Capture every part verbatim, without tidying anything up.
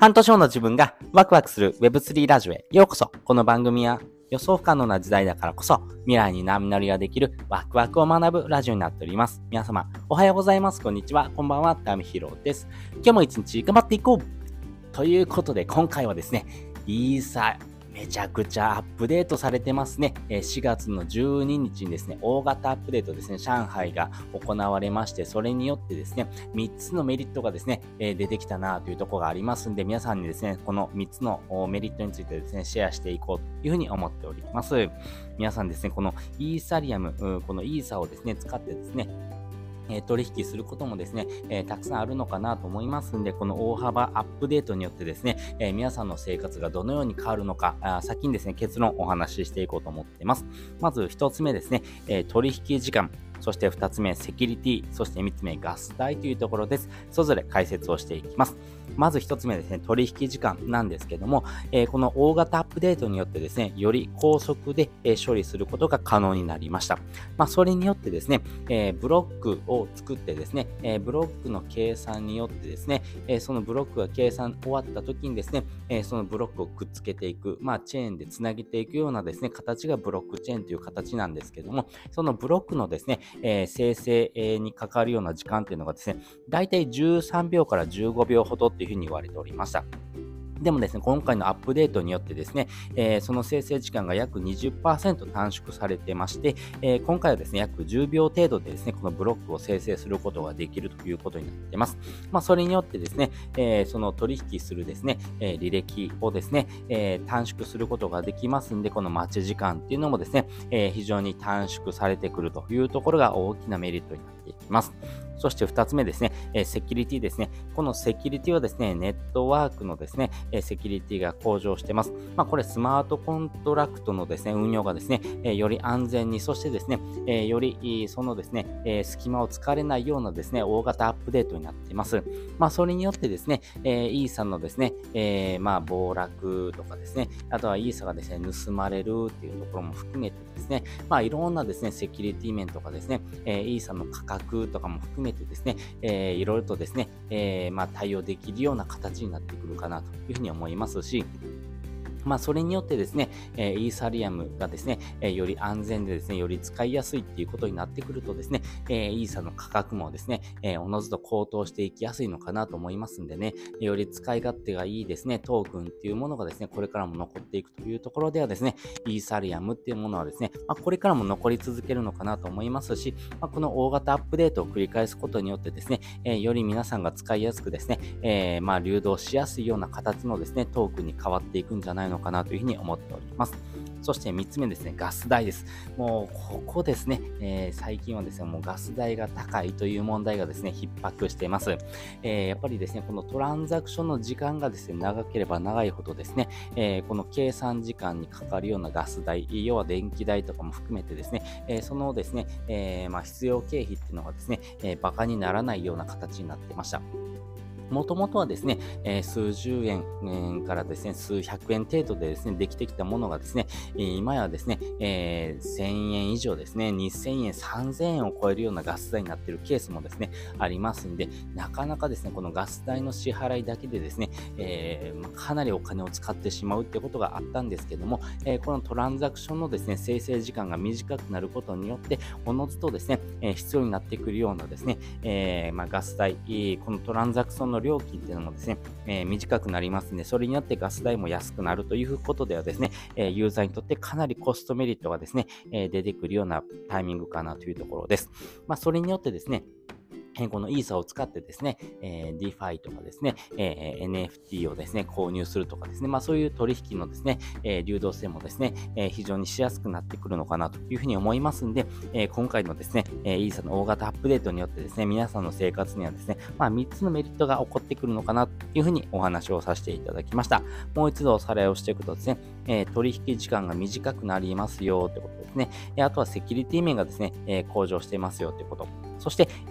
半年後の自分がワクワクする ウェブスリー ラジオへようこそ。この番組は予想不可能な時代だからこそ未来に波乗りができるワクワクを学ぶラジオになっております。皆様おはようございます。こんにちは。こんばんは。タミヒロです。今日も一日頑張っていこうということで、今回はですね、イーサめちゃくちゃアップデートされてますね。しがつのじゅうににちにですね、大型アップデートですね、上海が行われまして、それによってですね、みっつのメリットがですね、出てきたなというところがありますんで、皆さんにですね、このみっつのメリットについてですね、シェアしていこうというふうに思っております。皆さんですね、このイーサリアム、このイーサをですね、使ってですね、取引することもですね、えー、たくさんあるのかなと思いますんで、この大幅アップデートによってですね、えー、皆さんの生活がどのように変わるのか、あ先にですね、結論をお話ししていこうと思っています。まず一つ目ですね、えー、取引時間。そして二つ目、セキュリティ。そして三つ目、ガス代というところです。それぞれ解説をしていきます。まず一つ目ですね、取引時間なんですけども、えー、この大型アップデートによってですね、より高速で、えー、処理することが可能になりました。まあ、それによってですね、えー、ブロックを作ってですね、えー、ブロックの計算によってですね、えー、そのブロックが計算終わった時にですね、えー、そのブロックをくっつけていく、まあ、チェーンでつなげていくようなですね、形がブロックチェーンという形なんですけども、そのブロックのですね、えー、生成にかかるような時間というのがですね、だいたいじゅうさんびょうからじゅうごびょうほどっていうふうに言われておりました。でもですね、今回のアップデートによってですね、えー、その生成時間が約 にじゅっパーセント 短縮されてまして、えー、今回はですね、約じゅうびょう程度でですね、このブロックを生成することができるということになっています。まあ、それによってですね、えー、その取引するですね、えー、履歴をですね、えー、短縮することができますんで、この待ち時間っていうのもですね、えー、非常に短縮されてくるというところが大きなメリットになっていきます。そして二つ目ですね、えー、セキュリティですね。このセキュリティはですね、ネットワークのですね、えー、セキュリティが向上しています。まあ、これスマートコントラクトのですね、運用がですね、えー、より安全に、そしてですね、えー、よりそのですね、えー、隙間を突かれないようなですね、大型アップデートになっています。まあ、それによってですね、えー、イーサのですね、えー、まあ、暴落とかですね、あとはイーサがですね、盗まれるっていうところも含めてですね、まあ、いろんなですね、セキュリティ面とかですね、えー、イーサの価格とかも含めてですね、えー、いろいろとですね、えー、まあ、対応できるような形になってくるかなというふうに思いますし、まあ、それによってですね、えー、イーサリアムがですね、えー、より安全でですね、より使いやすいっていうことになってくるとですね、えー、イーサの価格もですね、えー、おのずと高騰していきやすいのかなと思いますんでね、より使い勝手がいいですね、トークンっていうものがですね、これからも残っていくというところではですね、イーサリアムっていうものはですね、まあ、これからも残り続けるのかなと思いますし、まあ、この大型アップデートを繰り返すことによってですね、えー、より皆さんが使いやすくですね、えー、まあ流動しやすいような形のですね、トークンに変わっていくんじゃないのかなというふうに思っております。そしてみっつめですね、ガス代です。もうここですね、えー、最近はですね、もうガス代が高いという問題がですね、逼迫しています。えー、やっぱりですね、このトランザクションの時間がですね、長ければ長いほどですね、えー、この計算時間にかかるようなガス代、要は電気代とかも含めてですね、えー、そのですね、えー、まあ必要経費っていうのがですね、えー、バカにならないような形になってました。もともとはですね、えー、数十円からですね、数百円程度でですね、できてきたものがですね、今やですね、えー、せんえん以上ですね、にせんえん、さんぜんえんを超えるようなガス代になっているケースもですね、ありますんで、なかなかですね、このガス代の支払いだけでですね、えーまあ、かなりお金を使ってしまうってことがあったんですけども、えー、このトランザクションのですね、生成時間が短くなることによって、おのずとですね、えー、必要になってくるようなですね、えーまあ、ガス代、このトランザクションの料金っていうのもですね、えー、短くなりますので、それによってガス代も安くなるということではですね、えー、ユーザーにとってかなりコストメリットがですね、えー、出てくるようなタイミングかなというところです。まあ、それによってですね、このイーサを使ってですね、えー、ディファイ とかですね、えー、エヌエフティー をですね、購入するとかですね、まあそういう取引のですね、えー、流動性もですね、えー、非常にしやすくなってくるのかなというふうに思いますんで、えー、今回のですね、えー、イーサの大型アップデートによってですね、皆さんの生活にはですね、まあみっつのメリットが起こってくるのかなというふうにお話をさせていただきました。もう一度おさらいをしていくとですね、えー、取引時間が短くなりますよということですね。あとはセキュリティ面がですね、えー、向上していますよということ。そして、えー、ま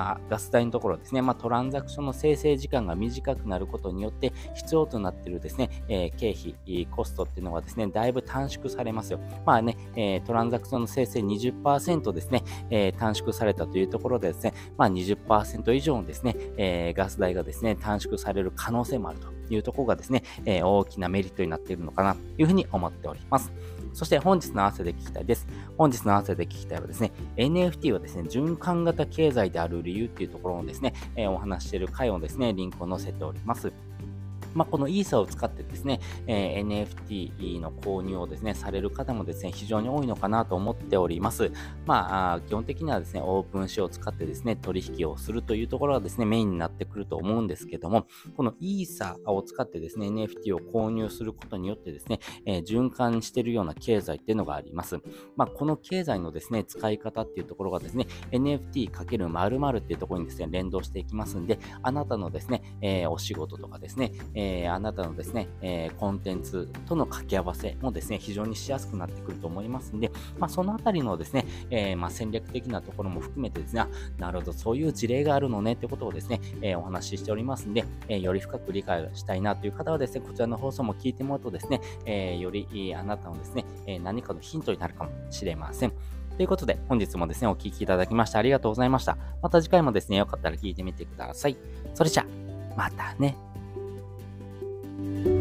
まあ、ガス代のところですね、まあ、トランザクションの生成時間が短くなることによって必要となっているですね、えー経費、コストっていうのがですね、だいぶ短縮されますよ。まあね、えートランザクションの生成にじゅっパーセントですね、えー短縮されたというところでですね、まあ、にじゅっパーセント以上のですね、えーガス代がですね、短縮される可能性もあるというところがですね、えー大きなメリットになっているのかなというふうに思っております。そして本日の合わせで聞きたいです。本日の合わせで聞きたいはですね、エヌエフティー はですね、循環型経済である理由っていうところをですね、えーお話ししている回をですね、リンクを載せております。まあ、このイーサを使ってですね、えー エヌエフティー の購入をですね、される方もですね、非常に多いのかなと思っております。まあ、あー基本的にはですね、オープンシーを使ってですね、取引をするというところがですね、メインになってくると思うんですけども、このイーサを使ってですね、エヌエフティー を購入することによってですね、えー循環しているような経済っていうのがあります。まあ、この経済のですね、使い方っていうところがですね、エヌエフティー×○○っていうところにですね、連動していきますんで、あなたのですね、えーお仕事とかですね、えーあなたのですね、えーコンテンツとの掛け合わせもですね、非常にしやすくなってくると思いますんで、まあ、そのあたりのですね、えーまあ、戦略的なところも含めてですね、あなるほど、そういう事例があるのねってことをですね、えーお話ししておりますんで、えーより深く理解がしたいなという方はですね、こちらの放送も聞いてもらうとですね、えーよりえーあなたのですね、えー何かのヒントになるかもしれません。ということで、本日もですね、お聞きいただきましてありがとうございました。また次回もですね、よかったら聞いてみてください。それじゃあ、またね。